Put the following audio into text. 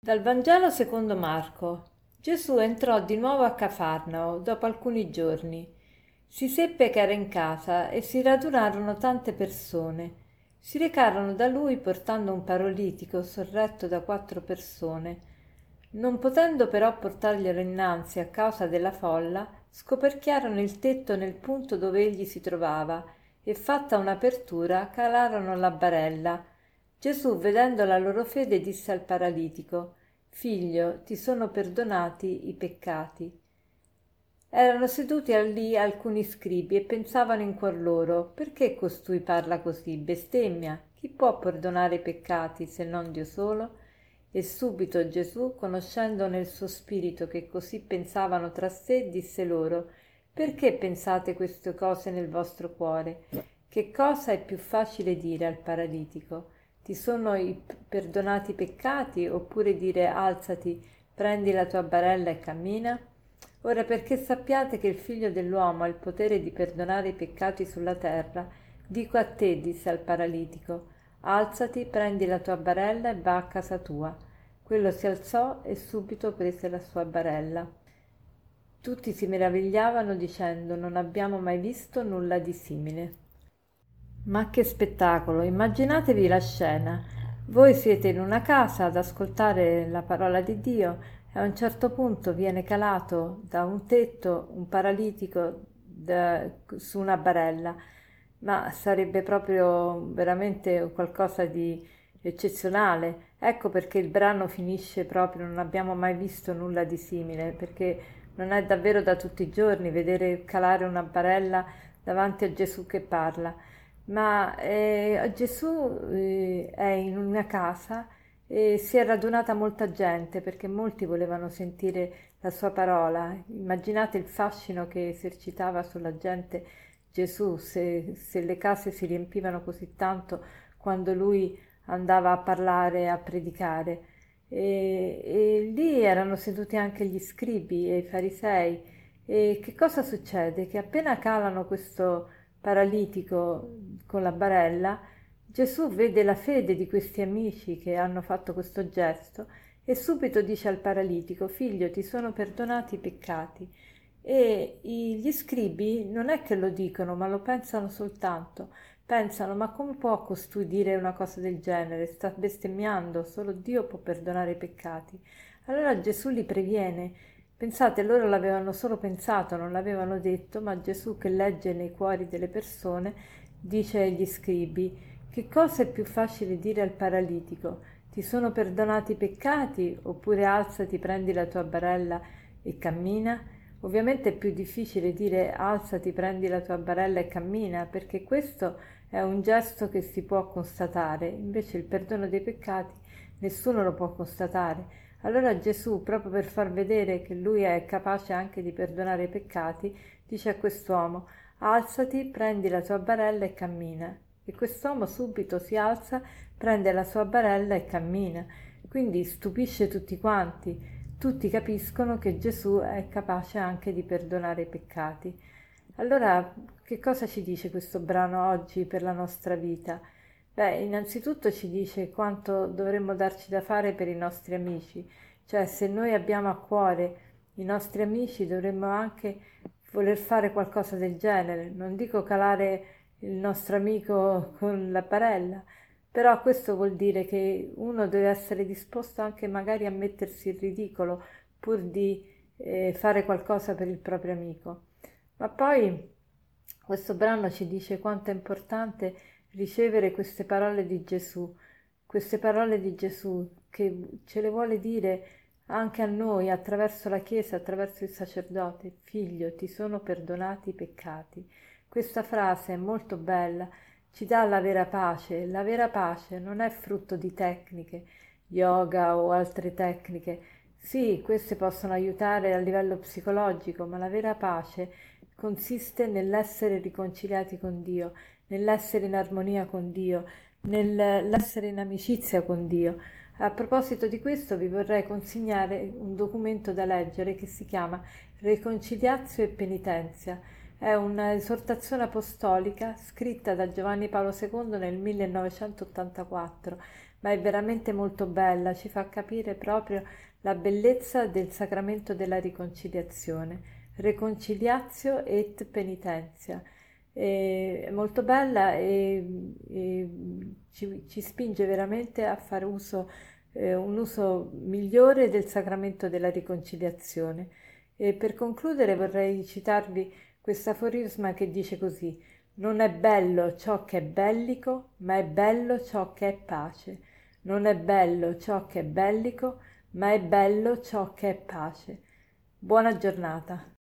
Dal Vangelo secondo Marco. Gesù entrò di nuovo a Cafarnao dopo alcuni giorni. Si seppe che era in casa e si radunarono tante persone. Si recarono da lui portando un paralitico sorretto da 4 persone. Non potendo però portarglielo innanzi a causa della folla, scoperchiarono il tetto nel punto dove egli si trovava e fatta un'apertura calarono la barella. Gesù, vedendo la loro fede, disse al paralitico: Figlio, ti sono perdonati i peccati. Erano seduti lì alcuni scribi e pensavano in cuor loro: perché costui parla così? Bestemmia? Chi può perdonare i peccati se non Dio solo? E subito Gesù, conoscendo nel suo spirito che così pensavano tra sé, disse loro: perché pensate queste cose nel vostro cuore? Che cosa è più facile dire al paralitico? Ti sono perdonati i peccati, oppure dire alzati, prendi la tua barella e cammina? Ora perché sappiate che il Figlio dell'uomo ha il potere di perdonare i peccati sulla terra, dico a te, disse al paralitico, alzati, prendi la tua barella e va a casa tua. Quello si alzò e subito prese la sua barella. Tutti si meravigliavano dicendo: non abbiamo mai visto nulla di simile. Ma che spettacolo! Immaginatevi la scena. Voi siete in una casa ad ascoltare la parola di Dio e a un certo punto viene calato da un tetto un paralitico su una barella, ma sarebbe proprio veramente qualcosa di eccezionale. Ecco perché il brano finisce proprio: non abbiamo mai visto nulla di simile, perché non è davvero da tutti i giorni vedere calare una barella davanti a Gesù che parla. Ma Gesù è in una casa e si è radunata molta gente perché molti volevano sentire la sua parola. Immaginate il fascino che esercitava sulla gente Gesù, se le case si riempivano così tanto quando lui andava a parlare, a predicare. E lì erano seduti anche gli scribi e i farisei. E che cosa succede? Che appena calano questo paralitico con la barella, Gesù vede la fede di questi amici che hanno fatto questo gesto e subito dice al paralitico: Figlio, ti sono perdonati i peccati. E gli scribi non è che lo dicono, ma lo pensano soltanto. Pensano: ma come può costui dire una cosa del genere? Sta bestemmiando, solo Dio può perdonare i peccati. Allora Gesù li previene. Pensate, loro l'avevano solo pensato, non l'avevano detto, ma Gesù, che legge nei cuori delle persone, dice agli scribi: che cosa è più facile dire al paralitico? Ti sono perdonati i peccati, oppure alzati, prendi la tua barella e cammina? Ovviamente è più difficile dire alzati, prendi la tua barella e cammina, perché questo è un gesto che si può constatare, invece il perdono dei peccati nessuno lo può constatare. Allora Gesù, proprio per far vedere che lui è capace anche di perdonare i peccati, dice a quest'uomo: alzati, prendi la tua barella e cammina. E quest'uomo subito si alza, prende la sua barella e cammina. Quindi stupisce tutti quanti. Tutti capiscono che Gesù è capace anche di perdonare i peccati. Allora, che cosa ci dice questo brano oggi per la nostra vita? Beh, innanzitutto ci dice quanto dovremmo darci da fare per i nostri amici, cioè se noi abbiamo a cuore i nostri amici dovremmo anche voler fare qualcosa del genere, non dico calare il nostro amico con la barella, però questo vuol dire che uno deve essere disposto anche magari a mettersi in ridicolo pur di fare qualcosa per il proprio amico. Ma poi questo brano ci dice quanto è importante ricevere queste parole di Gesù che ce le vuole dire anche a noi attraverso la Chiesa, attraverso il sacerdote. Figlio, ti sono perdonati i peccati. Questa frase è molto bella, ci dà la vera pace. La vera pace non è frutto di tecniche, yoga o altre tecniche. Sì, queste possono aiutare a livello psicologico, ma la vera pace consiste nell'essere riconciliati con Dio, nell'essere in armonia con Dio, nell'essere in amicizia con Dio. A proposito di questo vi vorrei consegnare un documento da leggere che si chiama Reconciliazio e Penitenzia. È un'esortazione apostolica scritta da Giovanni Paolo II nel 1984, ma è veramente molto bella, ci fa capire proprio la bellezza del sacramento della riconciliazione. Reconciliatio et penitentia. È molto bella e ci spinge veramente a fare un uso migliore del sacramento della riconciliazione. E per concludere vorrei citarvi questo aforisma che dice così: non è bello ciò che è bellico, ma è bello ciò che è pace. Non è bello ciò che è bellico, ma è bello ciò che è pace. Buona giornata.